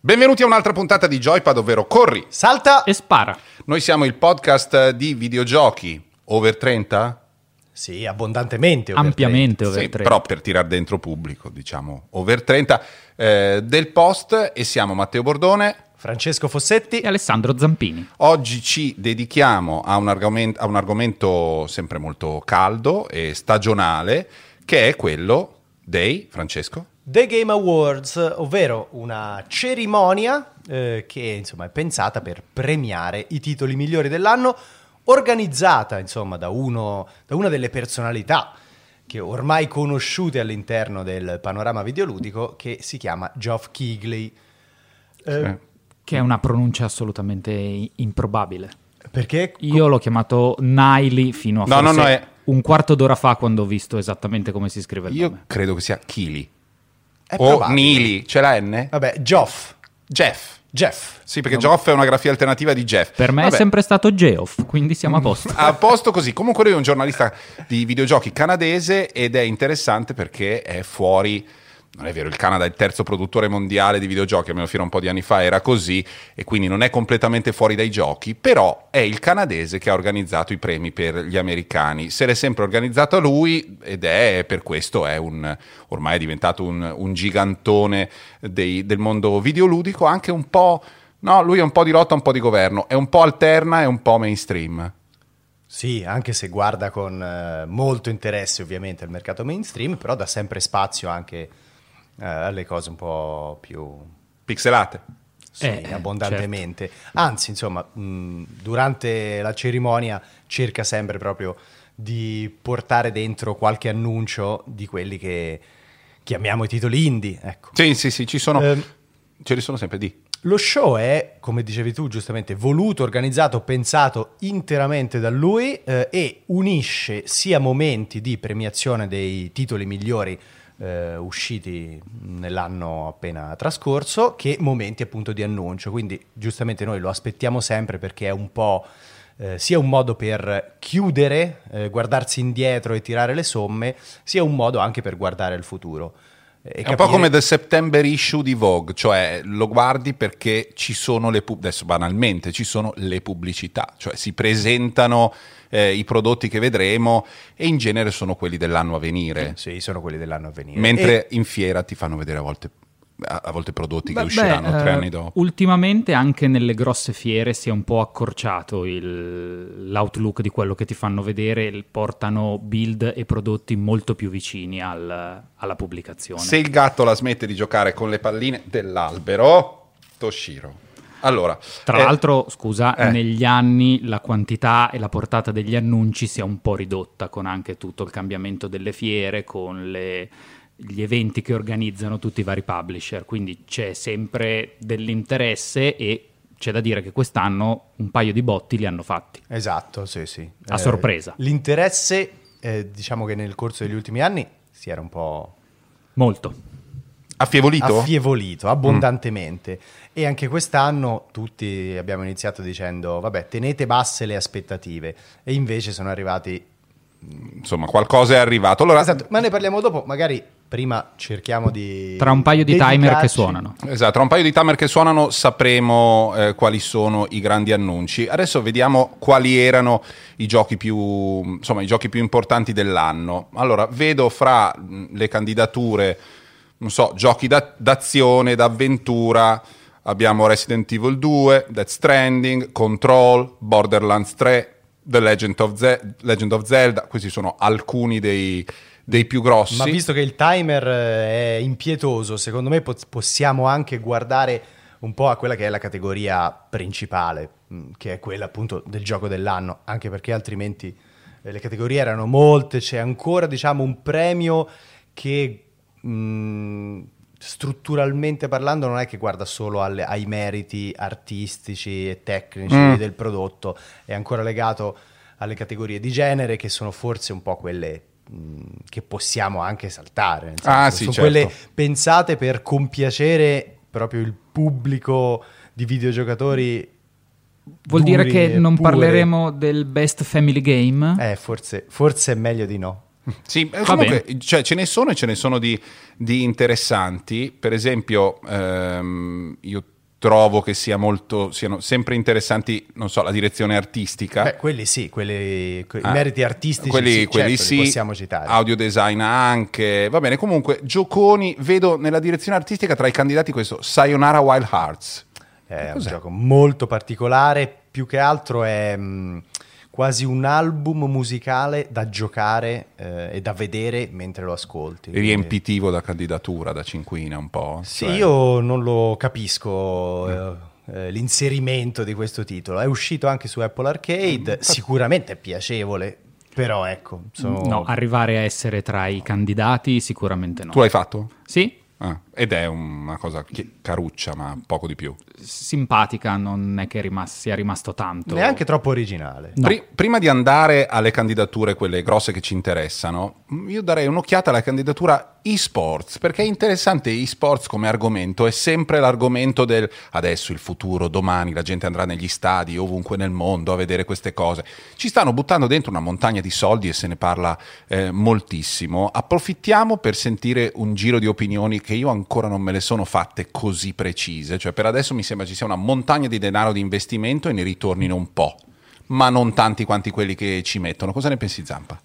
Benvenuti a un'altra puntata di Joypad, ovvero corri, salta e spara. Noi siamo il podcast di videogiochi over 30? Sì, abbondantemente over ampiamente 30. over Sì, 30. però per tirare dentro pubblico, diciamo over 30 del post, e siamo Matteo Bordone, Francesco Fossetti E Alessandro Zampini. Oggi ci dedichiamo a un argomento sempre molto caldo e stagionale, che è quello dei, Francesco? The Game Awards, ovvero una cerimonia che insomma è pensata per premiare i titoli migliori dell'anno, organizzata insomma da una delle personalità che ormai conosciute all'interno del panorama videoludico, che si chiama Geoff Keighley. Che è una pronuncia assolutamente improbabile. Perché? Io l'ho chiamato Niley fino a forse un quarto d'ora fa, quando ho visto esattamente come si scrive il nome. Io credo che sia Keighley. È O probabile. Neely, c'è la N? Vabbè, Geoff. Sì, perché Geoff è una grafia alternativa di Jeff. Per me è sempre stato Geoff, quindi siamo a posto. A posto così. Comunque lui è un giornalista di videogiochi canadese ed è interessante perché è fuori. Non è vero, il Canada è il terzo produttore mondiale di videogiochi, almeno fino a un po' di anni fa era così, e quindi non è completamente fuori dai giochi, però è il canadese che ha organizzato i premi per gli americani. Se l'è sempre organizzato lui, ed è per questo ormai è diventato un gigantone del mondo videoludico, anche un po'. No, lui è un po' di lotta, un po' di governo, è un po' alterna e un po' mainstream. Sì, anche se guarda con molto interesse ovviamente al mercato mainstream, però dà sempre spazio anche alle cose un po' più Pixelate. sì, abbondantemente. Certo. Anzi, insomma, durante la cerimonia cerca sempre proprio di portare dentro qualche annuncio di quelli che chiamiamo i titoli indie. Ecco. Sì, ci sono. Ce ne sono sempre di. Lo show è, come dicevi tu giustamente, voluto, organizzato, pensato interamente da lui e unisce sia momenti di premiazione dei titoli migliori usciti nell'anno appena trascorso, che momenti appunto di annuncio. Quindi giustamente noi lo aspettiamo sempre, perché è un po' sia un modo per chiudere, guardarsi indietro e tirare le somme, sia un modo anche per guardare il futuro. È un po' come The September issue di Vogue, cioè lo guardi perché ci sono adesso banalmente ci sono le pubblicità, cioè si presentano i prodotti che vedremo, e in genere sono quelli dell'anno a venire. Sì, sono quelli dell'anno a venire. Mentre in fiera ti fanno vedere a volte prodotti che usciranno 3 anni dopo. Ultimamente anche nelle grosse fiere si è un po' accorciato l'outlook di quello che ti fanno vedere, portano build e prodotti molto più vicini alla pubblicazione. Se il gatto la smette di giocare con le palline dell'albero, Toshiro. Allora, tra l'altro, scusa, negli anni la quantità e la portata degli annunci si è un po' ridotta, con anche tutto il cambiamento delle fiere, con gli eventi che organizzano tutti i vari publisher, quindi c'è sempre dell'interesse, e c'è da dire che quest'anno un paio di botti li hanno fatti. Esatto, sì. A sorpresa. L'interesse, diciamo che nel corso degli ultimi anni si era un po' molto affievolito abbondantemente, e anche quest'anno tutti abbiamo iniziato dicendo vabbè, tenete basse le aspettative, e invece sono arrivati, insomma, qualcosa è arrivato. Allora, esatto, ma ne parliamo dopo, magari prima cerchiamo di tra un paio di timer che suonano. Esatto, tra un paio di timer che suonano sapremo quali sono i grandi annunci. Adesso vediamo quali erano i giochi più importanti dell'anno. Allora, vedo fra le candidature, non so, giochi d'azione, d'avventura. Abbiamo Resident Evil 2, Death Stranding, Control, Borderlands 3, The Legend of Zelda. Questi sono alcuni dei più grossi. Ma visto che il timer è impietoso, secondo me possiamo anche guardare un po' a quella che è la categoria principale, che è quella appunto del gioco dell'anno, anche perché altrimenti le categorie erano molte. C'è ancora, diciamo, un premio che strutturalmente parlando non è che guarda solo ai meriti artistici e tecnici del prodotto, è ancora legato alle categorie di genere, che sono forse un po' quelle che possiamo anche saltare, nel senso, sì, sono certo. quelle pensate per compiacere proprio il pubblico di videogiocatori. Vuol dire che non parleremo del Best Family Game? Forse è meglio di no. Sì, comunque cioè, ce ne sono di interessanti. Per esempio, io trovo che siano sempre interessanti, non so, la direzione artistica. Beh, quelli sì, i meriti artistici quelli certo, sì, li possiamo citare. Audio design anche, va bene. Comunque, gioconi, vedo nella direzione artistica tra i candidati questo Sayonara Wild Hearts. È un gioco molto particolare, più che altro è quasi un album musicale da giocare e da vedere mentre lo ascolti. Riempitivo da candidatura, da cinquina un po'. Sì, io non lo capisco l'inserimento di questo titolo. È uscito anche su Apple Arcade, sicuramente è piacevole, però ecco... No, arrivare a essere tra i candidati sicuramente no. Tu l'hai fatto? Sì. Ed è una cosa caruccia, ma poco di più. Simpatica, non è che sia rimasto tanto. Neanche troppo originale. No. Prima di andare alle candidature, quelle grosse che ci interessano, io darei un'occhiata alla candidatura eSports, perché è interessante. eSports come argomento è sempre l'argomento del adesso, il futuro, domani la gente andrà negli stadi ovunque nel mondo a vedere queste cose. Ci stanno buttando dentro una montagna di soldi e se ne parla moltissimo. Approfittiamo per sentire un giro di opinioni che io ancora non me le sono fatte così precise. Cioè, per adesso mi sembra ci sia una montagna di denaro di investimento e ne ritornino un po', ma non tanti quanti quelli che ci mettono. Cosa ne pensi, Zampa?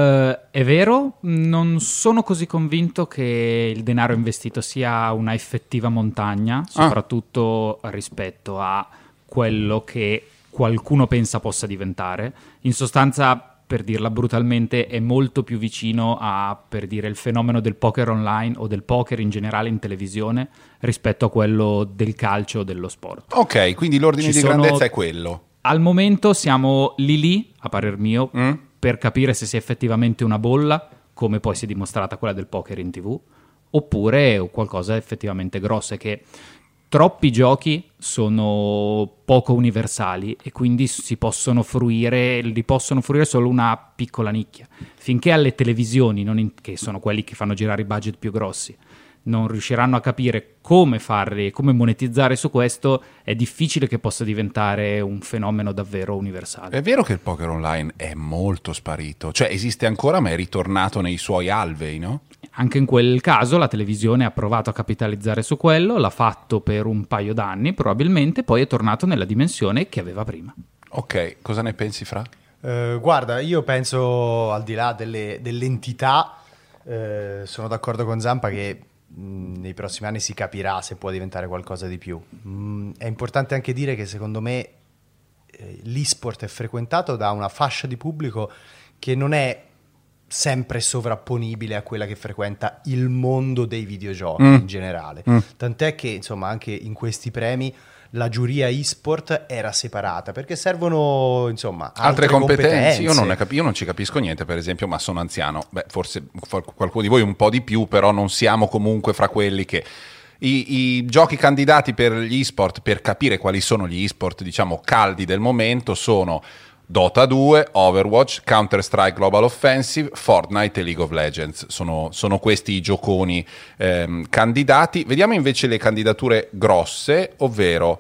È vero, non sono così convinto che il denaro investito sia una effettiva montagna, soprattutto rispetto a quello che qualcuno pensa possa diventare. In sostanza, per dirla brutalmente, è molto più vicino a, per dire, il fenomeno del poker online o del poker in generale in televisione rispetto a quello del calcio o dello sport. Ok, quindi l'ordine di grandezza è quello. Al momento siamo lì, a parer mio, per capire se sia effettivamente una bolla, come poi si è dimostrata quella del poker in TV, oppure qualcosa effettivamente grosso. È che troppi giochi sono poco universali e quindi li possono fruire solo una piccola nicchia. Finché alle televisioni, che sono quelli che fanno girare i budget più grossi, non riusciranno a capire come farli, come monetizzare su questo, è difficile che possa diventare un fenomeno davvero universale. È vero che il poker online è molto sparito, cioè esiste ancora ma è ritornato nei suoi alvei, no? Anche in quel caso la televisione ha provato a capitalizzare su quello, l'ha fatto per un paio d'anni probabilmente, poi è tornato nella dimensione che aveva prima. Ok, cosa ne pensi, Fra? Guarda, io penso, al di là dell'entità, sono d'accordo con Zampa che nei prossimi anni si capirà se può diventare qualcosa di più. È importante anche dire che secondo me l'esport è frequentato da una fascia di pubblico che non è sempre sovrapponibile a quella che frequenta il mondo dei videogiochi in generale. Tant'è che insomma anche in questi premi la giuria eSport era separata perché servono insomma altre competenze. Io non ci capisco niente, per esempio, ma sono anziano. Beh, forse qualcuno di voi un po' di più, però non siamo comunque fra quelli che... I giochi candidati per gli eSport, per capire quali sono gli eSport diciamo caldi del momento, sono Dota 2, Overwatch, Counter-Strike Global Offensive, Fortnite e League of Legends. Sono questi i gioconi candidati. Vediamo invece le candidature grosse, ovvero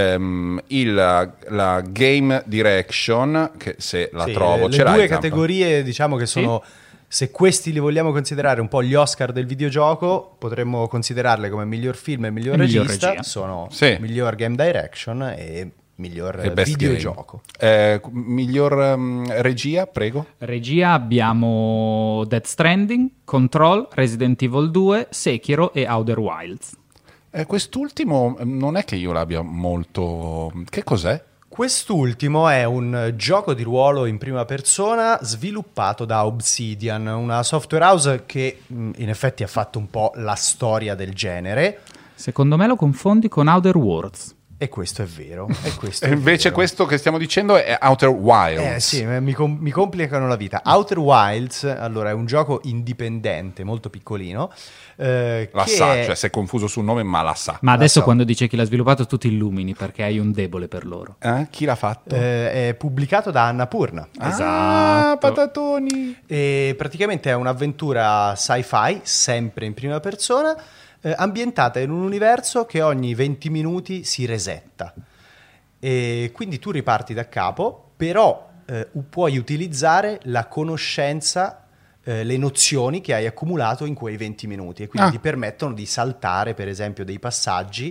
la Game Direction, che se la trovo ce l'hai. Le due categorie diciamo che sono... Sì. Se questi li vogliamo considerare un po' gli Oscar del videogioco, potremmo considerarle come miglior film e miglior regista. Sono miglior Game Direction e miglior videogioco. Miglior regia, prego. Regia abbiamo Death Stranding, Control, Resident Evil 2, Sekiro e Outer Wilds. Quest'ultimo non è che io l'abbia molto... Che cos'è? Quest'ultimo è un gioco di ruolo in prima persona sviluppato da Obsidian, una software house che in effetti ha fatto un po' la storia del genere. Secondo me lo confondi con Outer Worlds. E questo è vero. E invece questo che stiamo dicendo è Outer Wilds. Sì, mi complicano la vita. Outer Wilds, allora, è un gioco indipendente, molto piccolino. Cioè sei confuso sul nome, ma la sa. Ma adesso quando dice chi l'ha sviluppato tu ti illumini, perché hai un debole per loro. Chi l'ha fatto? È pubblicato da Annapurna. Esatto. Patatoni! E praticamente è un'avventura sci-fi, sempre in prima persona, ambientata in un universo che ogni 20 minuti si resetta. E quindi tu riparti da capo, però puoi utilizzare la conoscenza, le nozioni che hai accumulato in quei 20 minuti e quindi ti permettono di saltare per esempio dei passaggi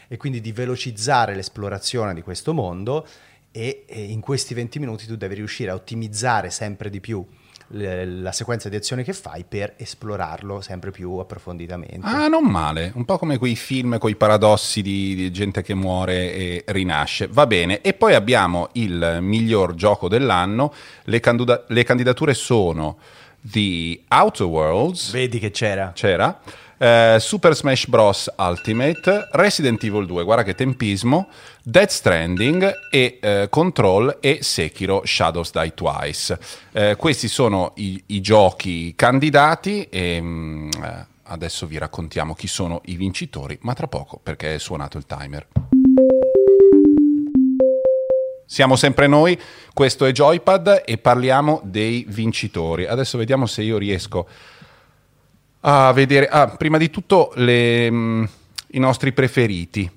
e quindi di velocizzare l'esplorazione di questo mondo, e in questi 20 minuti tu devi riuscire a ottimizzare sempre di più la sequenza di azione che fai per esplorarlo sempre più approfonditamente. Ah, non male, un po' come quei film con i paradossi di gente che muore e rinasce. Va bene, e poi abbiamo il miglior gioco dell'anno. Le candidature sono The Outer Worlds, Vedi che c'era. Super Smash Bros. Ultimate, Resident Evil 2, guarda che tempismo, Death Stranding e Control e Sekiro Shadows Die Twice. Questi sono i giochi candidati e adesso vi raccontiamo chi sono i vincitori, ma tra poco, perché è suonato il timer. Siamo sempre noi, questo è Joypad e parliamo dei vincitori. Adesso vediamo se io riesco a vedere, prima di tutto i nostri preferiti.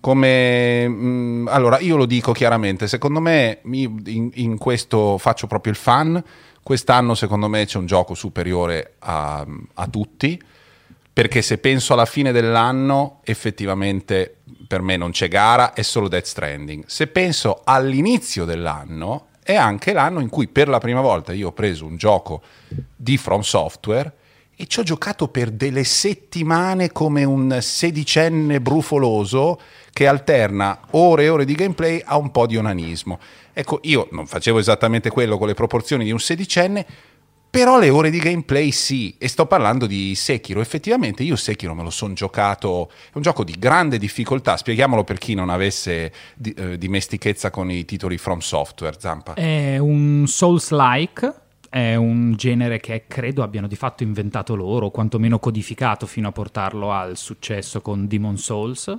Allora, io lo dico chiaramente, secondo me in questo faccio proprio il fan. Quest'anno secondo me c'è un gioco superiore a tutti, perché se penso alla fine dell'anno effettivamente per me non c'è gara, è solo Death Stranding. Se penso all'inizio dell'anno, è anche l'anno in cui per la prima volta io ho preso un gioco di From Software e ci ho giocato per delle settimane come un sedicenne brufoloso che alterna ore e ore di gameplay a un po' di onanismo. Ecco, io non facevo esattamente quello con le proporzioni di un sedicenne, però le ore di gameplay sì, e sto parlando di Sekiro. Effettivamente io Sekiro me lo son giocato, è un gioco di grande difficoltà, spieghiamolo per chi non avesse dimestichezza con i titoli From Software. Zampa. È un Souls-like. È un genere che credo abbiano di fatto inventato loro, o quantomeno codificato fino a portarlo al successo con Demon's Souls.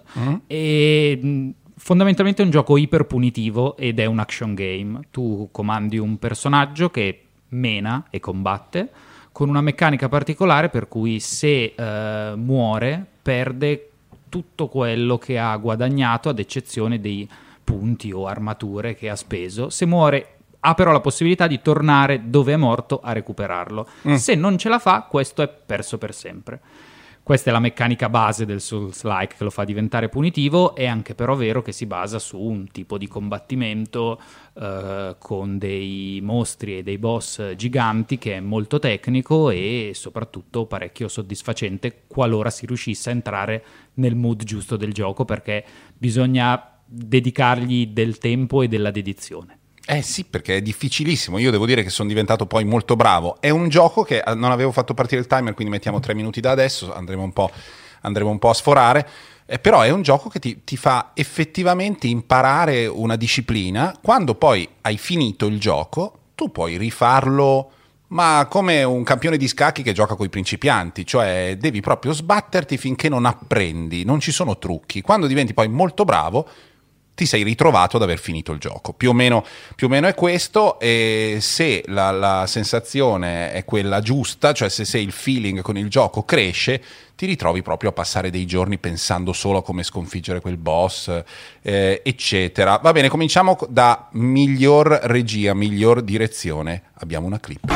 E fondamentalmente è un gioco iper punitivo ed è un action game. Tu comandi un personaggio che mena e combatte con una meccanica particolare per cui se muore perde tutto quello che ha guadagnato, ad eccezione dei punti o armature che ha speso. Se muore ha però la possibilità di tornare dove è morto a recuperarlo. Se non ce la fa, questo è perso per sempre. Questa è la meccanica base del Souls-like che lo fa diventare punitivo. È anche però vero che si basa su un tipo di combattimento con dei mostri e dei boss giganti che è molto tecnico e soprattutto parecchio soddisfacente qualora si riuscisse a entrare nel mood giusto del gioco, perché bisogna dedicargli del tempo e della dedizione. Sì, perché è difficilissimo. Io devo dire che sono diventato poi molto bravo. È un gioco che non avevo fatto partire il timer, quindi mettiamo 3 minuti da adesso, andremo un po' a sforare. Però è un gioco che ti fa effettivamente imparare una disciplina. Quando poi hai finito il gioco, tu puoi rifarlo, ma come un campione di scacchi che gioca coi principianti, cioè devi proprio sbatterti finché non apprendi, non ci sono trucchi. Quando diventi poi molto bravo, ti sei ritrovato ad aver finito il gioco. Più o meno è questo, e se la sensazione è quella giusta, cioè se il feeling con il gioco cresce, ti ritrovi proprio a passare dei giorni pensando solo a come sconfiggere quel boss, eccetera. Va bene, cominciamo da miglior regia, miglior direzione. Abbiamo una clip.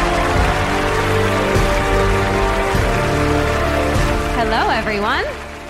Hello, everyone.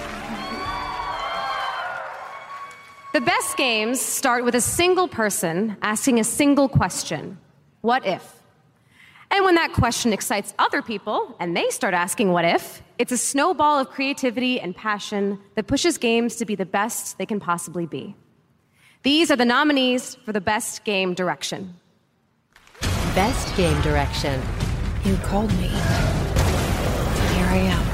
The best games start with a single person asking a single question. What if? And when that question excites other people and they start asking what if, it's a snowball of creativity and passion that pushes games to be the best they can possibly be. These are the nominees for the Best Game Direction. Best Game Direction. You called me. Here I am.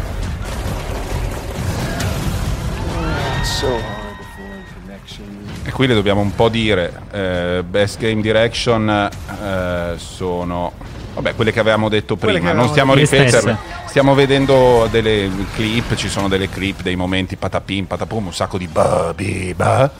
So hard. E qui le dobbiamo un po' dire, Best Game Direction sono, vabbè, quelle che avevamo detto prima, non stiamo a ripeterle, stiamo vedendo delle clip, ci sono delle clip, dei momenti patapim, patapum, un sacco di ba.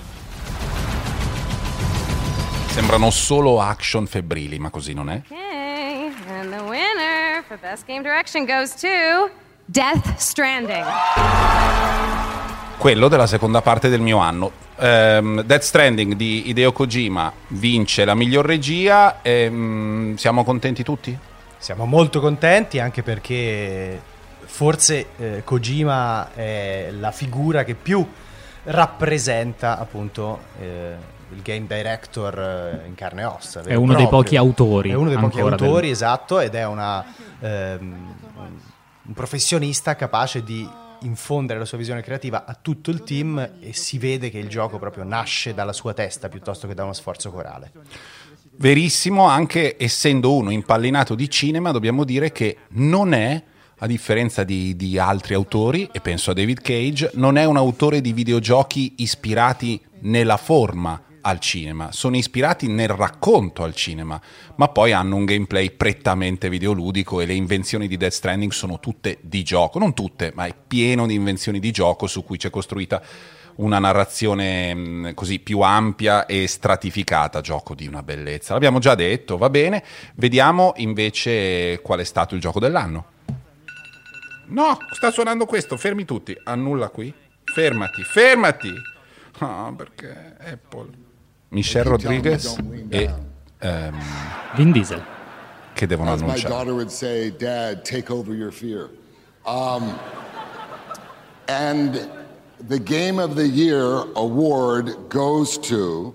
Sembrano solo action febbrili, ma così non è. Okay, and the winner for Best Game Direction goes to Death Stranding. Quello della seconda parte del mio anno. Death Stranding di Hideo Kojima vince la miglior regia. Siamo contenti tutti? Siamo molto contenti, anche perché forse Kojima è la figura che più rappresenta appunto il game director in carne e ossa. È uno dei pochi autori. È uno dei pochi autori, del... esatto, ed è un professionista capace di infondere la sua visione creativa a tutto il team, e si vede che il gioco proprio nasce dalla sua testa piuttosto che da uno sforzo corale. Verissimo, anche essendo uno impallinato di cinema, dobbiamo dire che non è, a differenza di altri autori, e penso a David Cage, non è un autore di videogiochi ispirati nella forma al cinema, sono ispirati nel racconto al cinema, ma poi hanno un gameplay prettamente videoludico, e le invenzioni di Death Stranding sono tutte di gioco, non tutte, ma è pieno di invenzioni di gioco su cui c'è costruita una narrazione così più ampia e stratificata, gioco di una bellezza. L'abbiamo già detto, va bene, vediamo invece qual è stato il gioco dell'anno. No, sta suonando questo, fermi tutti, annulla qui, fermati. No, perché Apple... Michelle Rodriguez e Vin Diesel, che devono As my annunciare. daughter would say, Dad, take over your fear. And the Game of the Year award goes to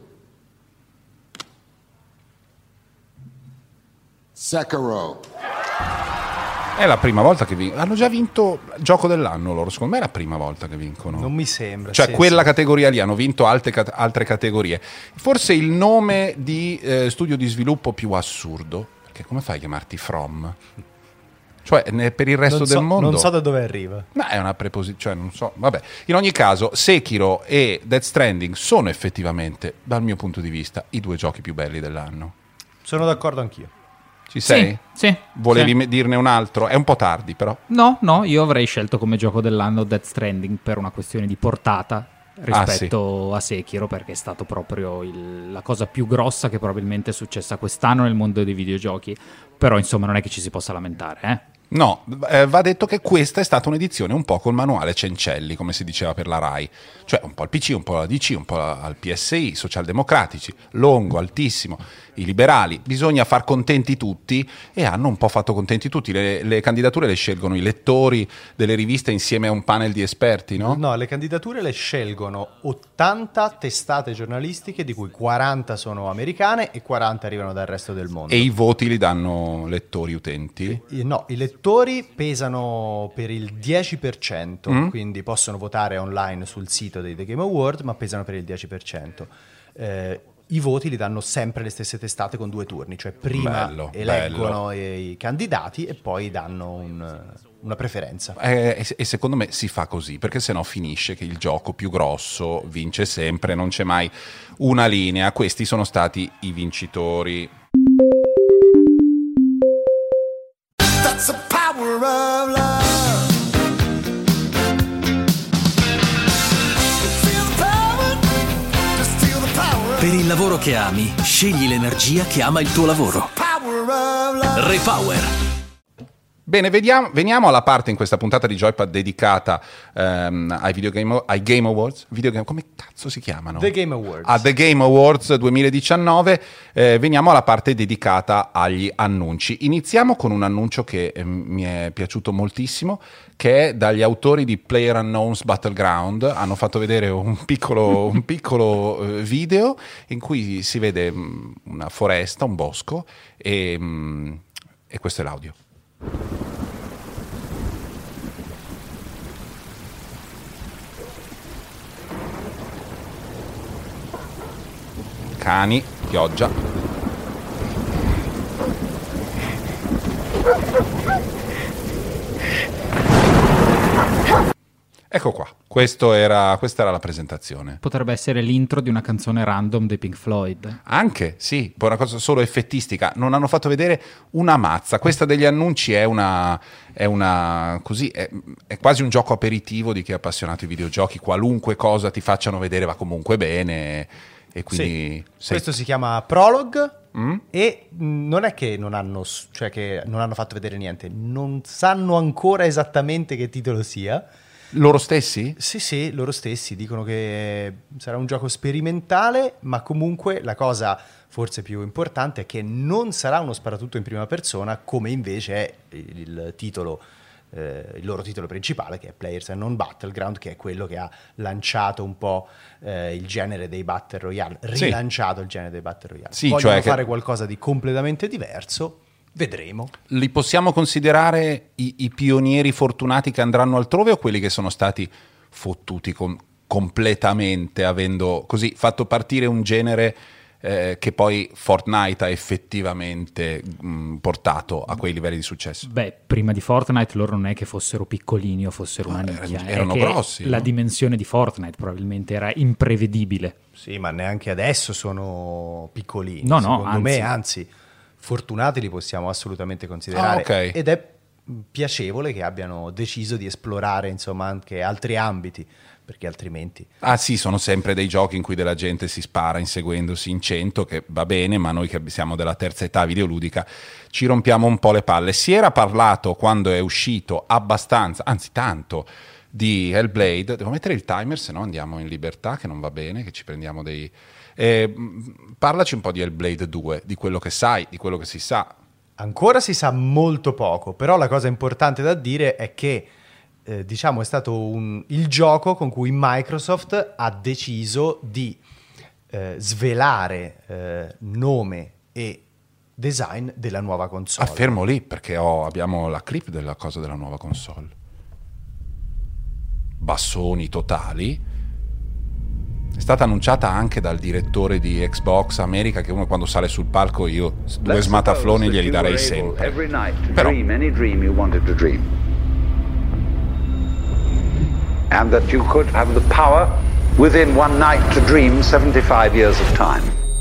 Sekiro. È la prima volta che hanno già vinto gioco dell'anno loro, secondo me è la prima volta che vincono. Non mi sembra. Cioè sì, quella sì. categoria lì, hanno vinto altre categorie. Forse il nome di studio di sviluppo più assurdo, perché come fai a chiamarti From? Cioè per il resto del mondo... Non so da dove arriva. Ma è una preposizione, cioè non so, vabbè. In ogni caso, Sekiro e Death Stranding sono effettivamente, dal mio punto di vista, i due giochi più belli dell'anno. Sono d'accordo anch'io. Ci sei? Sì. Volevi sì. dirne un altro? È un po' tardi però. No, io avrei scelto come gioco dell'anno Death Stranding per una questione di portata rispetto a Sekiro, perché è stato proprio la cosa più grossa che probabilmente è successa quest'anno nel mondo dei videogiochi. Però insomma non è che ci si possa lamentare, eh? No, va detto che questa è stata un'edizione un po' col manuale Cencelli, come si diceva per la Rai, cioè un po' al PC, un po' alla DC, un po' al PSI, socialdemocratici, longo, altissimo, i liberali, bisogna far contenti tutti, e hanno un po' fatto contenti tutti. Le candidature le scelgono i lettori delle riviste insieme a un panel di esperti, no? No, le candidature le scelgono 80 testate giornalistiche, di cui 40 sono americane e 40 arrivano dal resto del mondo. E i voti li danno lettori utenti? No, i lettori pesano per il 10%, quindi possono votare online sul sito dei The Game Award, ma pesano per il 10%. I voti li danno sempre le stesse testate con 2 turni, cioè prima eleggono i candidati e poi danno una preferenza. E secondo me si fa così, perché sennò finisce che il gioco più grosso vince sempre, non c'è mai una linea. Questi sono stati i vincitori. That's the power of love. Feel the power, just feel the power. Per il lavoro che ami, scegli l'energia che ama il tuo lavoro. Power of love. Repower. Bene, veniamo alla parte in questa puntata di Joypad dedicata ai Game Awards. Come cazzo si chiamano? The Game Awards. A The Game Awards 2019. Veniamo alla parte dedicata agli annunci. Iniziamo con un annuncio che mi è piaciuto moltissimo, che è dagli autori di PlayerUnknown's Battleground. Hanno fatto vedere un piccolo video in cui si vede una foresta, un bosco, e questo è l'audio. Cani, pioggia. Ecco qua, questa era la presentazione. Potrebbe essere l'intro di una canzone random dei Pink Floyd. Anche, sì, poi una cosa solo effettistica. Non hanno fatto vedere una mazza. Questa degli annunci è quasi un gioco aperitivo di chi è appassionato ai videogiochi. Qualunque cosa ti facciano vedere va comunque bene. E quindi questo si chiama Prologue. E non è che non hanno fatto vedere niente, non sanno ancora esattamente che titolo sia. Loro stessi? Sì, loro stessi dicono che sarà un gioco sperimentale, ma comunque la cosa forse più importante è che non sarà uno sparatutto in prima persona, come invece è il titolo il loro titolo principale, che è Players Unknown Battleground, che è quello che ha lanciato un po' il genere dei Battle Royale, rilanciato il genere dei Battle Royale. Sì, vogliono cioè fare qualcosa di completamente diverso, vedremo. Li possiamo considerare i pionieri fortunati che andranno altrove, o quelli che sono stati fottuti completamente, avendo così fatto partire un genere che poi Fortnite ha effettivamente portato a quei livelli di successo? Beh, prima di Fortnite loro non è che fossero piccolini o fossero una nicchia, erano è grossi. che la dimensione di Fortnite probabilmente era imprevedibile. Sì, ma neanche adesso sono piccolini. No, secondo me, anzi, fortunati li possiamo assolutamente considerare. Okay. Ed è piacevole che abbiano deciso di esplorare, insomma, anche altri ambiti, perché altrimenti... Ah sì, sono sempre dei giochi in cui della gente si spara inseguendosi in 100, che va bene, ma noi che siamo della terza età videoludica ci rompiamo un po' le palle. Si era parlato, quando è uscito, abbastanza, anzi tanto, di Hellblade. Devo mettere il timer, se no andiamo in libertà, che non va bene, che ci prendiamo dei... parlaci un po' di Hellblade 2, di quello che sai, di quello che si sa. Ancora si sa molto poco, però la cosa importante da dire è che diciamo è stato il gioco con cui Microsoft ha deciso di svelare nome e design della nuova console. Fermo lì, perché abbiamo la clip della cosa della nuova console. Bassoni totali. È stata annunciata anche dal direttore di Xbox America, che uno quando sale sul palco io due smatafloni glieli darei sempre. Però and that you could have the power within one night to dream 75 years of time.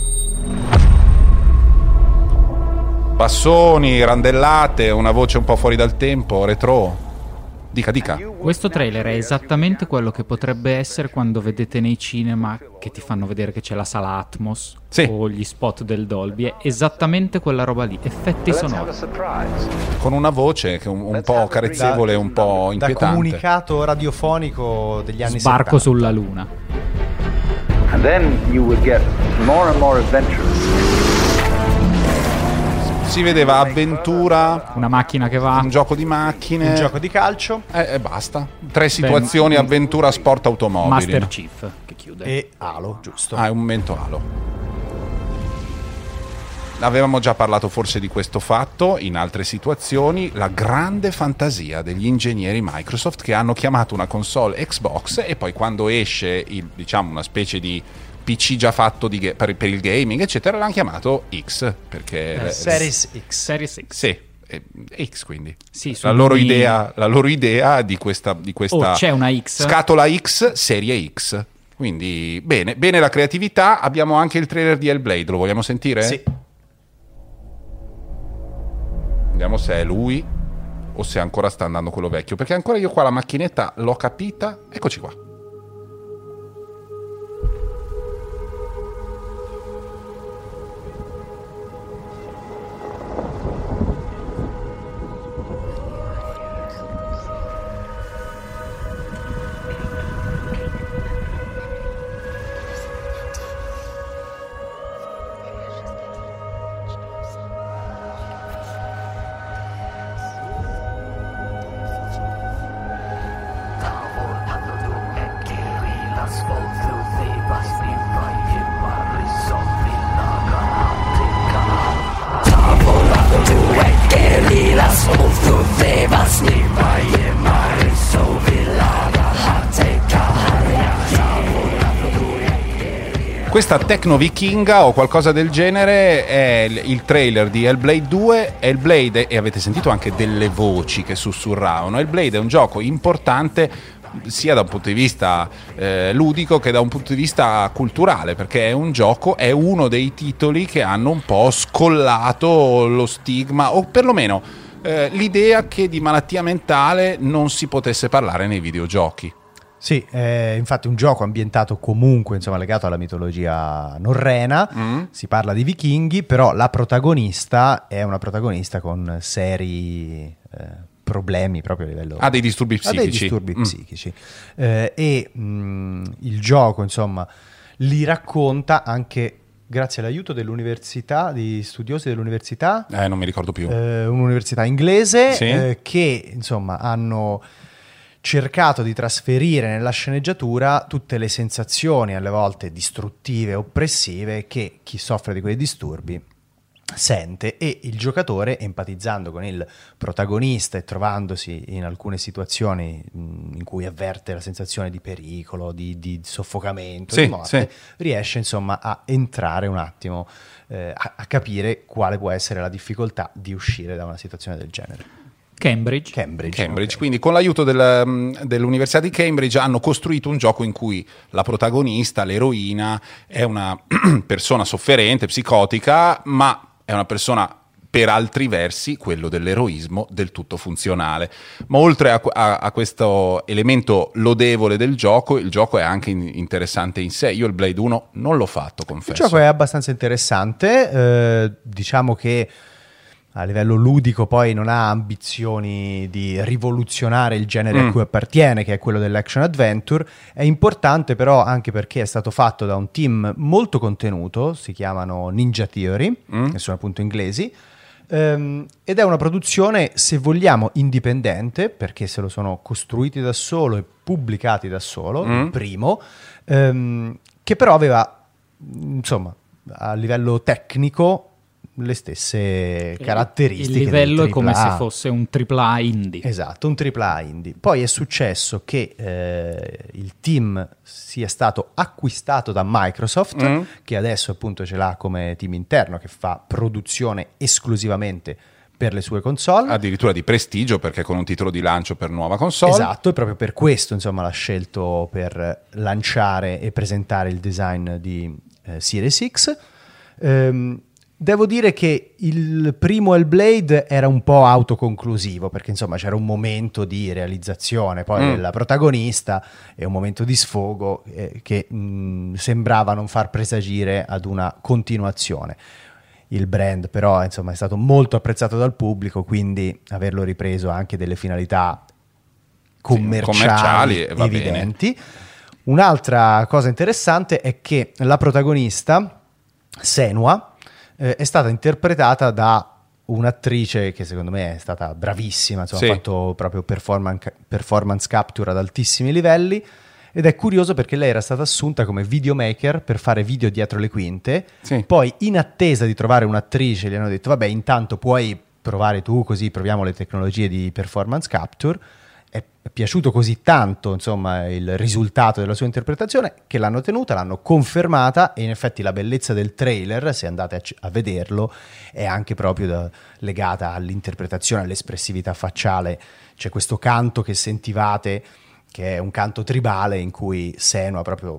Bassoni, randellate, una voce un po' fuori dal tempo, retro. Dica. Questo trailer è esattamente quello che potrebbe essere quando vedete nei cinema che ti fanno vedere che c'è la sala Atmos, sì, o gli spot del Dolby. È esattamente quella roba lì, effetti sonori. Con una voce che un po' carezzevole e un po' inquietante. Da comunicato radiofonico degli anni 70. Sbarco sulla Luna. And then you would get more and more adventurous. Si vedeva avventura, una macchina che va, un gioco di macchine, un gioco di calcio e basta. 3 situazioni: avventura, sport, automobili. Master Chief che chiude. E Halo, giusto? È un momento Halo. Avevamo già parlato forse di questo fatto in altre situazioni, la grande fantasia degli ingegneri Microsoft, che hanno chiamato una console Xbox e poi quando esce diciamo una specie di PC già fatto per il gaming eccetera, l'hanno chiamato X, perché Series X. Series X. Sì, X, quindi sì, la loro idea di questa c'è una X, scatola X, serie X. Quindi bene la creatività. Abbiamo anche il trailer di Hellblade, lo vogliamo sentire? Sì. Vediamo se è lui o se ancora sta andando quello vecchio, perché ancora io qua la macchinetta l'ho capita. Eccoci qua. Questa Tecno Vichinga o qualcosa del genere è il trailer di Hellblade 2. Hellblade, e avete sentito anche delle voci che sussurravano, Hellblade è un gioco importante sia da un punto di vista ludico che da un punto di vista culturale, perché è uno dei titoli che hanno un po' scollato lo stigma, o perlomeno l'idea che di malattia mentale non si potesse parlare nei videogiochi. Sì, infatti un gioco ambientato comunque, insomma, legato alla mitologia norrena, si parla di vichinghi, però la protagonista è una protagonista con seri problemi proprio a livello... Ha dei disturbi psichici. E il gioco, insomma, li racconta anche grazie all'aiuto dell'università, di studiosi dell'università. Non mi ricordo più. Un'università inglese, sì? Che insomma hanno cercato di trasferire nella sceneggiatura tutte le sensazioni, alle volte distruttive, oppressive, che chi soffre di quei disturbi sente, e il giocatore, empatizzando con il protagonista e trovandosi in alcune situazioni in cui avverte la sensazione di pericolo, di soffocamento, di morte, riesce insomma a entrare un attimo, a capire quale può essere la difficoltà di uscire da una situazione del genere. Cambridge. Okay. Quindi con l'aiuto dell'Università di Cambridge hanno costruito un gioco in cui la protagonista, l'eroina, è una persona sofferente, psicotica, ma è una persona per altri versi, quello dell'eroismo, del tutto funzionale. Ma oltre a questo elemento lodevole del gioco, il gioco è anche interessante in sé. Io il Blade 1 non l'ho fatto, confesso. Il gioco è abbastanza interessante, diciamo che a livello ludico poi non ha ambizioni di rivoluzionare il genere a cui appartiene, che è quello dell'action adventure. È importante però anche perché è stato fatto da un team molto contenuto, si chiamano Ninja Theory, che sono appunto inglesi, ed è una produzione, se vogliamo, indipendente, perché se lo sono costruiti da solo e pubblicati da solo, il primo, che però aveva, insomma, a livello tecnico le stesse caratteristiche. Il livello è come se fosse un AAA indie. Esatto, un AAA indie. Poi è successo che il team sia stato acquistato da Microsoft, che adesso appunto ce l'ha come team interno, che fa produzione esclusivamente per le sue console. Addirittura di prestigio, perché con un titolo di lancio per nuova console. Esatto, e proprio per questo insomma l'ha scelto per lanciare e presentare il design di Series X. Devo dire che il primo Hellblade era un po' autoconclusivo, perché insomma c'era un momento di realizzazione poi della protagonista e un momento di sfogo che sembrava non far presagire ad una continuazione. Il brand però insomma è stato molto apprezzato dal pubblico, quindi averlo ripreso ha anche delle finalità commerciali evidenti. Bene. Un'altra cosa interessante è che la protagonista, Senua, è stata interpretata da un'attrice che secondo me è stata bravissima, insomma, ha fatto proprio performance capture ad altissimi livelli, ed è curioso perché lei era stata assunta come videomaker per fare video dietro le quinte, poi in attesa di trovare un'attrice gli hanno detto vabbè, intanto puoi provare tu, così proviamo le tecnologie di performance capture. È piaciuto così tanto insomma il risultato della sua interpretazione che l'hanno tenuta, l'hanno confermata, e in effetti la bellezza del trailer, se andate a vederlo, è anche proprio legata all'interpretazione, all'espressività facciale. C'è questo canto che sentivate, che è un canto tribale in cui Senua proprio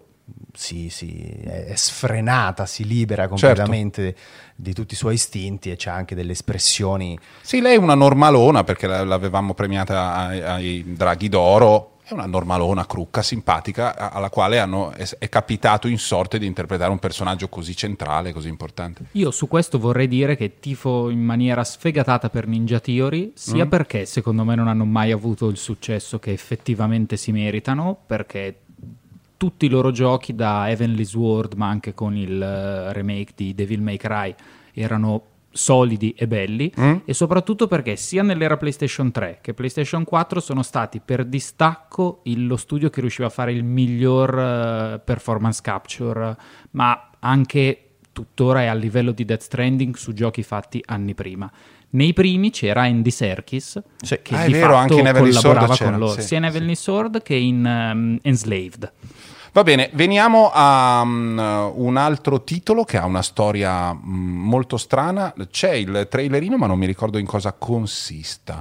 è sfrenata, si libera completamente di tutti i suoi istinti, e c'ha anche delle espressioni. Sì, lei è una normalona, perché l'avevamo premiata ai Draghi d'Oro. È una normalona, crucca, simpatica, alla quale è capitato in sorte di interpretare un personaggio così centrale, così importante. Io su questo vorrei dire che tifo in maniera sfegatata per Ninja Theory, sia perché secondo me non hanno mai avuto il successo che effettivamente si meritano, perché tutti i loro giochi, da Heavenly Sword ma anche con il remake di Devil May Cry, erano solidi e belli, e soprattutto perché sia nell'era PlayStation 3 che PlayStation 4 sono stati per distacco lo studio che riusciva a fare il miglior performance capture, ma anche tuttora è a livello di Death Stranding su giochi fatti anni prima. Nei primi c'era Andy Serkis, che di fatto collaborava con loro, sia in Heavenly Sword che in Enslaved. Va bene, veniamo a un altro titolo che ha una storia molto strana. C'è il trailerino, ma non mi ricordo in cosa consista.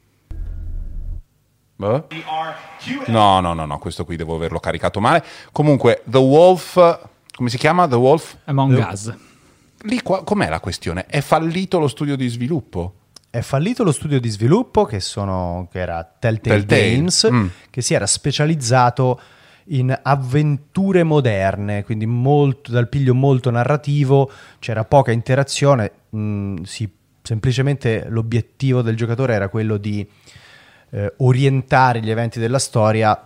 No, questo qui devo averlo caricato male. Comunque, The Wolf, come si chiama? The Wolf? Among Us. Lì com'è la questione? È fallito lo studio di sviluppo? È fallito lo studio di sviluppo che era Telltale Games, che si era specializzato in avventure moderne, quindi dal piglio molto narrativo, c'era poca interazione, semplicemente l'obiettivo del giocatore era quello di orientare gli eventi della storia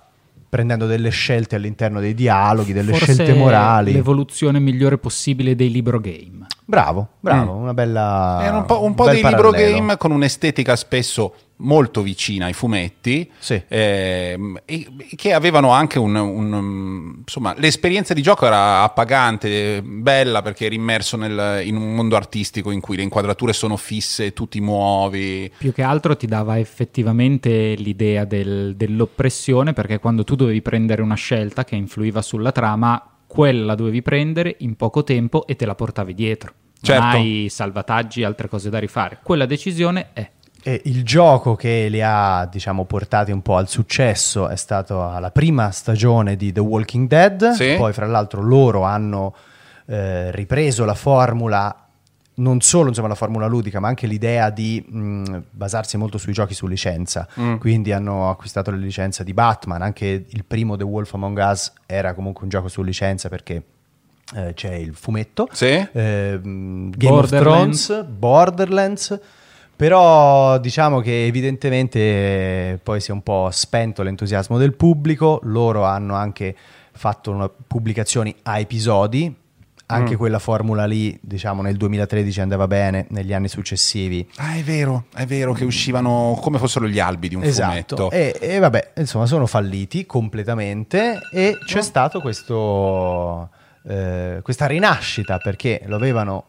prendendo delle scelte all'interno dei dialoghi, delle Forse scelte morali. L'evoluzione migliore possibile dei libro game. Bravo, una bella... Era un po' dei libro game con un'estetica spesso molto vicina ai fumetti, sì. E che avevano anche insomma, l'esperienza di gioco era appagante, bella, perché eri immerso in un mondo artistico in cui le inquadrature sono fisse, tu ti muovi. Più che altro ti dava effettivamente l'idea dell'oppressione, perché quando tu dovevi prendere una scelta che influiva sulla trama, quella la dovevi prendere in poco tempo e te la portavi dietro. Certo. Non hai salvataggi, altre cose da rifare. Quella decisione è... E il gioco che li ha, diciamo, portati un po' al successo è stato la prima stagione di The Walking Dead. Sì. Poi fra l'altro loro hanno ripreso la formula, non solo insomma la formula ludica, ma anche l'idea di basarsi molto sui giochi su licenza. Quindi hanno acquistato le licenze di Batman, anche il primo The Wolf Among Us era comunque un gioco su licenza perché c'è il fumetto, sì. Game of Thrones, Borderlands. Però diciamo che evidentemente poi si è un po' spento l'entusiasmo del pubblico. Loro hanno anche fatto pubblicazioni a episodi, anche quella formula lì, diciamo, nel 2013 andava bene, negli anni successivi. Ah, è vero che uscivano come fossero gli albi di un fumetto. E vabbè, insomma, sono falliti completamente e c'è stato questa rinascita, perché lo avevano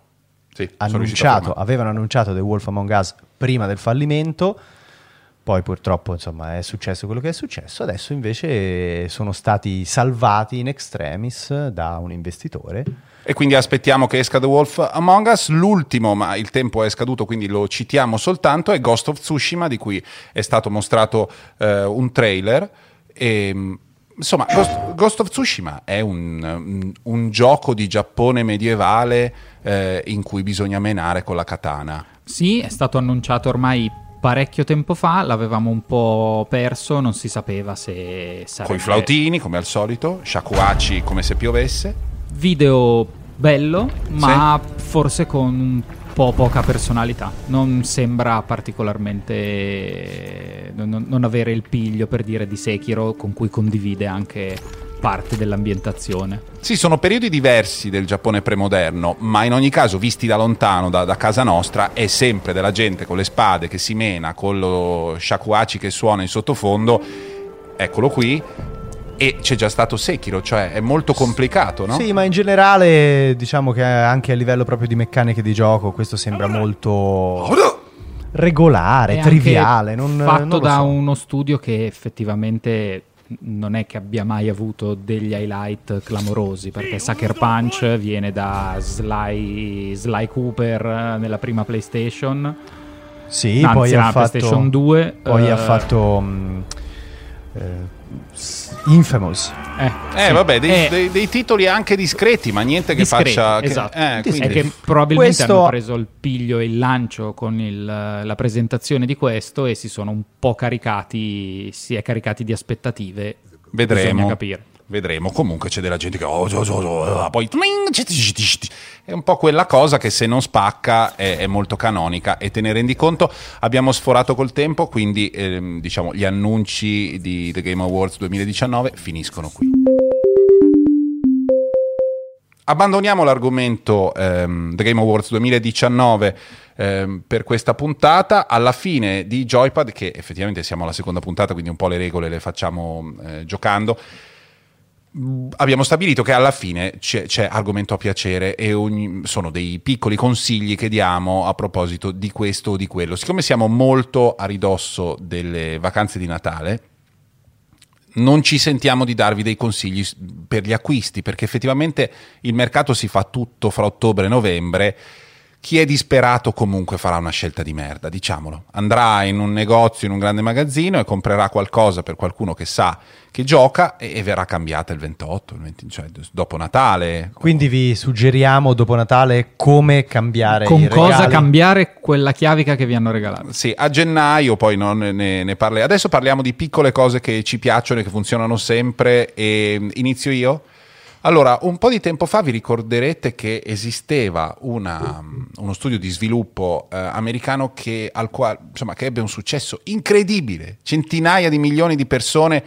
avevano annunciato The Wolf Among Us prima del fallimento, poi purtroppo insomma è successo quello che è successo. Adesso invece sono stati salvati in extremis da un investitore. E quindi aspettiamo che esca The Wolf Among Us. L'ultimo, ma il tempo è scaduto, quindi lo citiamo soltanto, è Ghost of Tsushima, di cui è stato mostrato un trailer. E insomma, Ghost of Tsushima è un gioco di Giappone medievale in cui bisogna menare con la katana. Sì, è stato annunciato ormai parecchio tempo fa, l'avevamo un po' perso, non si sapeva se sarebbe... Coi flautini, come al solito, shakuhachi come se piovesse. Video bello, ma sì, forse con un po' poca personalità. Non sembra particolarmente... non avere il piglio, per dire, di Sekiro, con cui condivide anche parte dell'ambientazione. Sì, sono periodi diversi del Giappone premoderno, ma in ogni caso, visti da lontano, da casa nostra, è sempre della gente con le spade che si mena, con lo shakuhachi che suona in sottofondo. Eccolo qui. E c'è già stato Sekiro, cioè è molto complicato, no? Sì, ma in generale diciamo che anche a livello proprio di meccaniche di gioco questo sembra molto regolare, triviale. Fatto da uno studio che effettivamente non è che abbia mai avuto degli highlight clamorosi, perché Sucker Punch viene da Sly Cooper nella prima PlayStation. Sì, poi ha fatto PlayStation 2. Poi ha fatto Infamous. Sì. Vabbè, dei titoli anche discreti, ma niente che faccia... Esatto. Quindi... È che probabilmente questo... hanno preso il piglio e il lancio con la presentazione di questo e si sono un po' caricati di aspettative. Bisogna capire. Vedremo. Comunque c'è della gente che poi è un po' quella cosa che se non spacca è molto canonica, e te ne rendi conto. Abbiamo sforato col tempo, quindi diciamo gli annunci di The Game Awards 2019 finiscono qui. Abbandoniamo l'argomento The Game Awards 2019 per questa puntata. Alla fine di Joypad, che effettivamente siamo alla seconda puntata, quindi un po' le regole le facciamo giocando, abbiamo stabilito che alla fine c'è argomento a piacere e sono dei piccoli consigli che diamo a proposito di questo o di quello. Siccome siamo molto a ridosso delle vacanze di Natale, non ci sentiamo di darvi dei consigli per gli acquisti, perché effettivamente il mercato si fa tutto fra ottobre e novembre. Chi è disperato comunque farà una scelta di merda, diciamolo. Andrà in un negozio, in un grande magazzino e comprerà qualcosa per qualcuno che sa che gioca e verrà cambiata il 28, il 20, cioè dopo Natale. Quindi vi suggeriamo dopo Natale come cambiare con i regali. Cosa cambiare quella chiavica che vi hanno regalato. Sì, a gennaio poi ne parleremo. Adesso parliamo di piccole cose che ci piacciono e che funzionano sempre, e inizio io. Allora, un po' di tempo fa vi ricorderete che esisteva uno studio di sviluppo americano che ebbe un successo incredibile. Centinaia di milioni di persone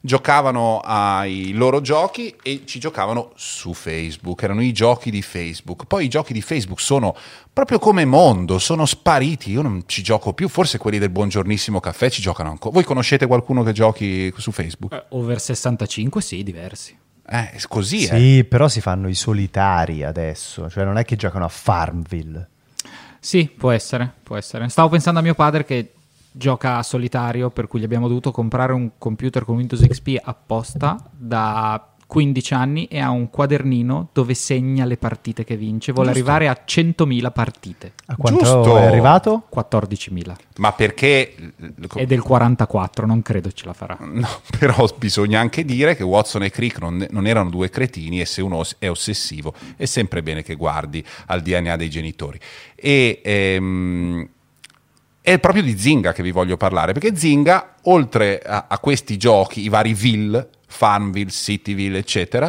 giocavano ai loro giochi e ci giocavano su Facebook, erano i giochi di Facebook. Poi i giochi di Facebook sono proprio come mondo, sono spariti, io non ci gioco più, forse quelli del Buongiornissimo Caffè ci giocano ancora. Voi conoscete qualcuno che giochi su Facebook? Over 65 sì, diversi. È così, Sì, però si fanno i solitari adesso, cioè non è che giocano a Farmville. Sì, può essere. Stavo pensando a mio padre che gioca a solitario, per cui gli abbiamo dovuto comprare un computer con Windows XP apposta da 15 anni e ha un quadernino dove segna le partite che vince. Vuole arrivare a 100.000 partite. A quanto Giusto. è arrivato? 14.000. Ma perché... È del 44, non credo ce la farà. No, però bisogna anche dire che Watson e Crick non erano due cretini, e se uno è ossessivo è sempre bene che guardi al DNA dei genitori. E è proprio di Zynga che vi voglio parlare, perché Zynga, oltre a questi giochi, i vari Ville, Farmville, Cityville, eccetera,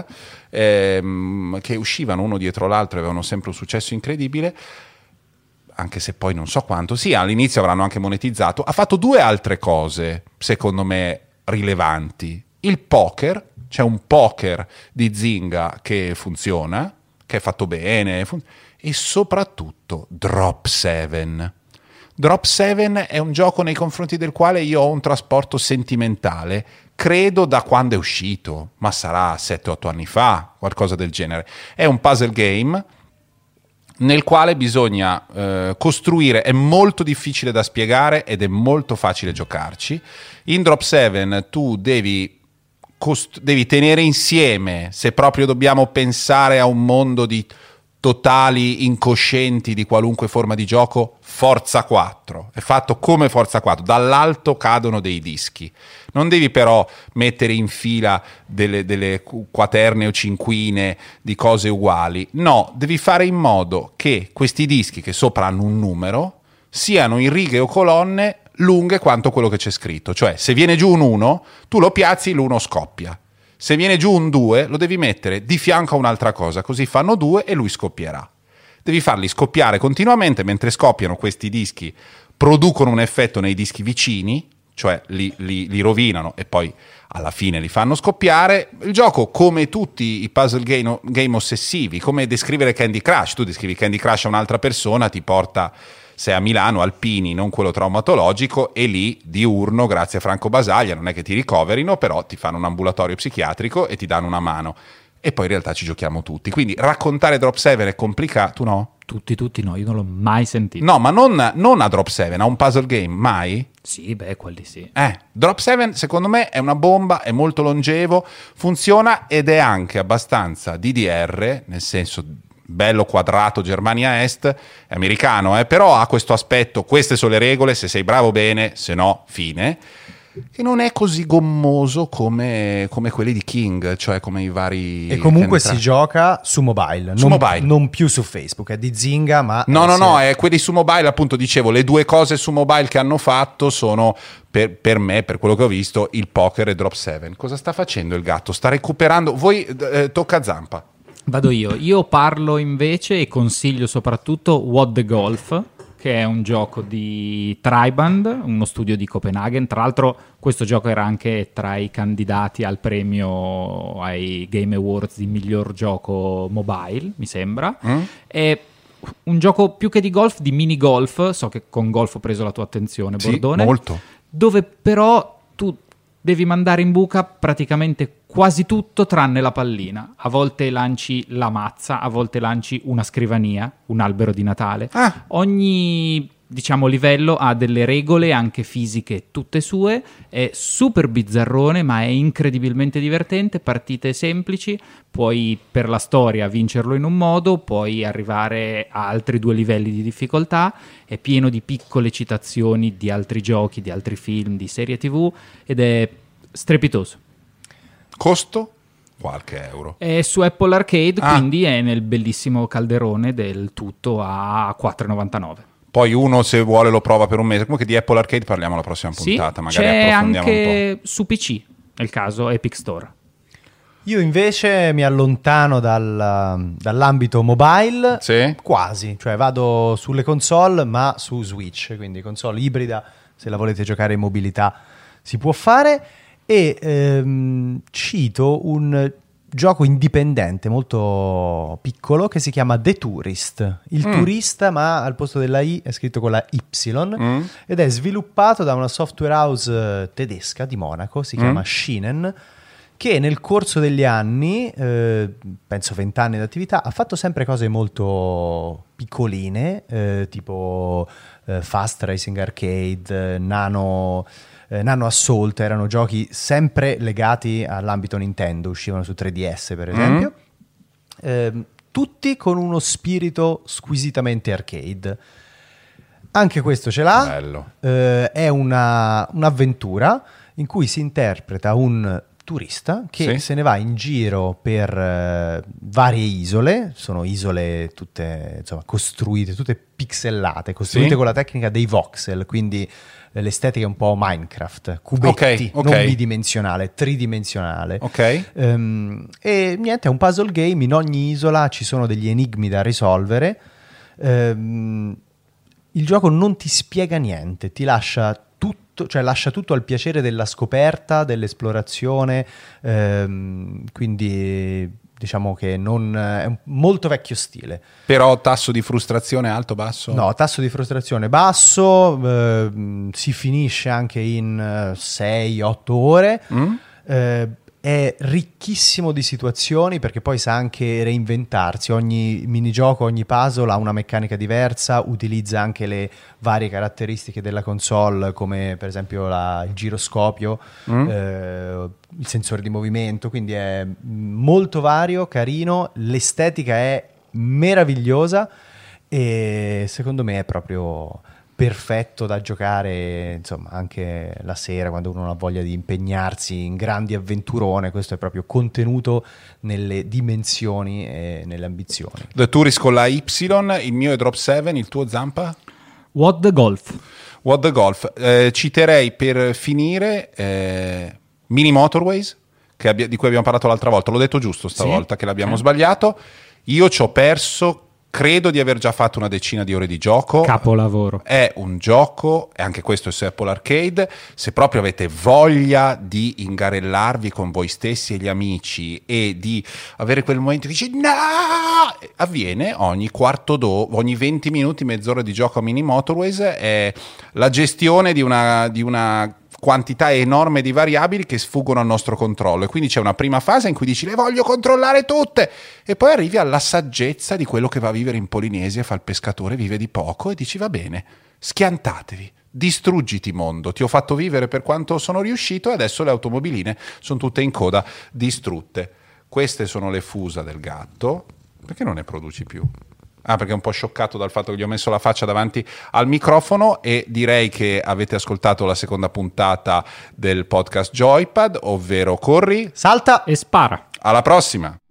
che uscivano uno dietro l'altro e avevano sempre un successo incredibile, anche se poi non so quanto, sì, all'inizio avranno anche monetizzato, ha fatto due altre cose, secondo me, rilevanti. Il poker, c'è un poker di Zynga che funziona, che è fatto bene, e soprattutto Drop 7. Drop 7 è un gioco nei confronti del quale io ho un trasporto sentimentale, credo da quando è uscito, ma sarà 7-8 anni fa, qualcosa del genere. È un puzzle game nel quale bisogna costruire, è molto difficile da spiegare ed è molto facile giocarci. In Drop 7 tu devi tenere insieme, se proprio dobbiamo pensare a un mondo di totali incoscienti di qualunque forma di gioco, Forza 4, è fatto come Forza 4, dall'alto cadono dei dischi, non devi però mettere in fila delle quaterne o cinquine di cose uguali, no, devi fare in modo che questi dischi, che sopra hanno un numero, siano in righe o colonne lunghe quanto quello che c'è scritto, cioè se viene giù un 1 tu lo piazzi, l'1 scoppia. Se viene giù un 2 lo devi mettere di fianco a un'altra cosa, così fanno 2 e lui scoppierà. Devi farli scoppiare continuamente, mentre scoppiano questi dischi producono un effetto nei dischi vicini, cioè li rovinano e poi alla fine li fanno scoppiare. Il gioco, come tutti i puzzle game ossessivi, come descrivere Candy Crush, tu descrivi Candy Crush a un'altra persona, ti porta... sei a Milano, Alpini, non quello traumatologico, e lì diurno, grazie a Franco Basaglia, non è che ti ricoverino, però ti fanno un ambulatorio psichiatrico e ti danno una mano. E poi in realtà ci giochiamo tutti. Quindi raccontare Drop 7 è complicato, tu no? Tutti no, io non l'ho mai sentito. No, ma non a Drop 7, a un puzzle game, mai? Sì, beh, quelli sì. Drop 7 secondo me è una bomba, è molto longevo, funziona ed è anche abbastanza DDR, nel senso... bello quadrato Germania Est, è americano, però ha questo aspetto, queste sono le regole, se sei bravo bene, se no fine, che non è così gommoso come quelli di King, cioè come i vari... E comunque si gioca su mobile, non più su Facebook, è di Zynga, ma... No, è quelli su mobile, appunto dicevo, le due cose su mobile che hanno fatto sono... Per me, per quello che ho visto, il poker e Drop 7. Cosa sta facendo il gatto? Sta recuperando... Voi tocca a zampa. Vado io parlo invece e consiglio soprattutto What the Golf, che è un gioco di Triband, uno studio di Copenaghen. Tra l'altro questo gioco era anche tra i candidati al premio ai Game Awards di miglior gioco mobile, mi sembra. È un gioco più che di golf, di mini golf, so che con golf ho preso la tua attenzione, Bordone. Sì, molto. Dove però tu devi mandare in buca praticamente quasi tutto tranne la pallina. A volte lanci la mazza, a volte lanci una scrivania, un albero di Natale. Ogni, livello ha delle regole anche fisiche tutte sue, è super bizzarrone ma è incredibilmente divertente, partite semplici, puoi per la storia vincerlo in un modo, puoi arrivare a altri 2 livelli di difficoltà, è pieno di piccole citazioni di altri giochi, di altri film, di serie TV ed è strepitoso. Costo? Qualche euro. È su Apple Arcade, quindi è nel bellissimo calderone del tutto a 4,99. Poi uno se vuole lo prova per un mese. Comunque di Apple Arcade parliamo la prossima puntata, magari c'è approfondiamo anche un po'. su PC, nel caso Epic Store. Io invece mi allontano dall'ambito mobile, quasi, cioè vado sulle console ma su Switch, quindi console ibrida, se la volete giocare in mobilità si può fare. e cito un gioco indipendente molto piccolo che si chiama The Tourist, il turista, ma al posto della I è scritto con la Y, ed è sviluppato da una software house tedesca di Monaco, si chiama Shinen, che nel corso degli anni, penso 20 anni di attività, ha fatto sempre cose molto piccoline, tipo Fast Racing Arcade, Nano Assault, erano giochi sempre legati all'ambito Nintendo, uscivano su 3DS per esempio, tutti con uno spirito squisitamente arcade. Anche questo ce l'ha. Bello. È un'avventura in cui si interpreta un turista che se ne va in giro per varie isole, sono isole tutte insomma costruite, tutte pixellate, costruite con la tecnica dei voxel, quindi l'estetica è un po' Minecraft, cubetti, non bidimensionale, tridimensionale. E niente, è un puzzle game, in ogni isola ci sono degli enigmi da risolvere. Il gioco non ti spiega niente, ti lascia tutto, cioè lascia tutto al piacere della scoperta, dell'esplorazione, quindi diciamo che non è un molto vecchio stile. Però tasso di frustrazione alto, basso? No, tasso di frustrazione basso, si finisce anche in 6-8 ore. È ricchissimo di situazioni perché poi sa anche reinventarsi, ogni minigioco, ogni puzzle ha una meccanica diversa, utilizza anche le varie caratteristiche della console come per esempio il giroscopio, il sensore di movimento, quindi è molto vario, carino, l'estetica è meravigliosa e secondo me è proprio perfetto da giocare, insomma, anche la sera quando uno ha voglia di impegnarsi in grandi avventurone. Questo è proprio contenuto nelle dimensioni e nelle ambizioni. The Tourist con la Y, il mio è Drop 7, il tuo Zampa? What the Golf. What the Golf. Citerei per finire Mini Motorways, di cui abbiamo parlato l'altra volta. L'ho detto giusto stavolta, che l'abbiamo sbagliato. Io ci ho perso, credo di aver già fatto una decina di ore di gioco. Capolavoro. È un gioco, e anche questo è su Apple Arcade, se proprio avete voglia di ingarellarvi con voi stessi e gli amici e di avere quel momento di dici no! Avviene ogni ogni 20 minuti, mezz'ora di gioco a Mini Motorways, è la gestione di una quantità enorme di variabili che sfuggono al nostro controllo, e quindi c'è una prima fase in cui dici le voglio controllare tutte, e poi arrivi alla saggezza di quello che va a vivere in Polinesia, fa il pescatore, vive di poco, e dici va bene, schiantatevi, distruggiti mondo, ti ho fatto vivere per quanto sono riuscito e adesso le automobiline sono tutte in coda, distrutte. Queste sono le fusa del gatto. Perché non ne produci più? Perché è un po' scioccato dal fatto che gli ho messo la faccia davanti al microfono, e direi che avete ascoltato la seconda puntata del podcast Joypad, ovvero corri, salta e spara. Alla prossima!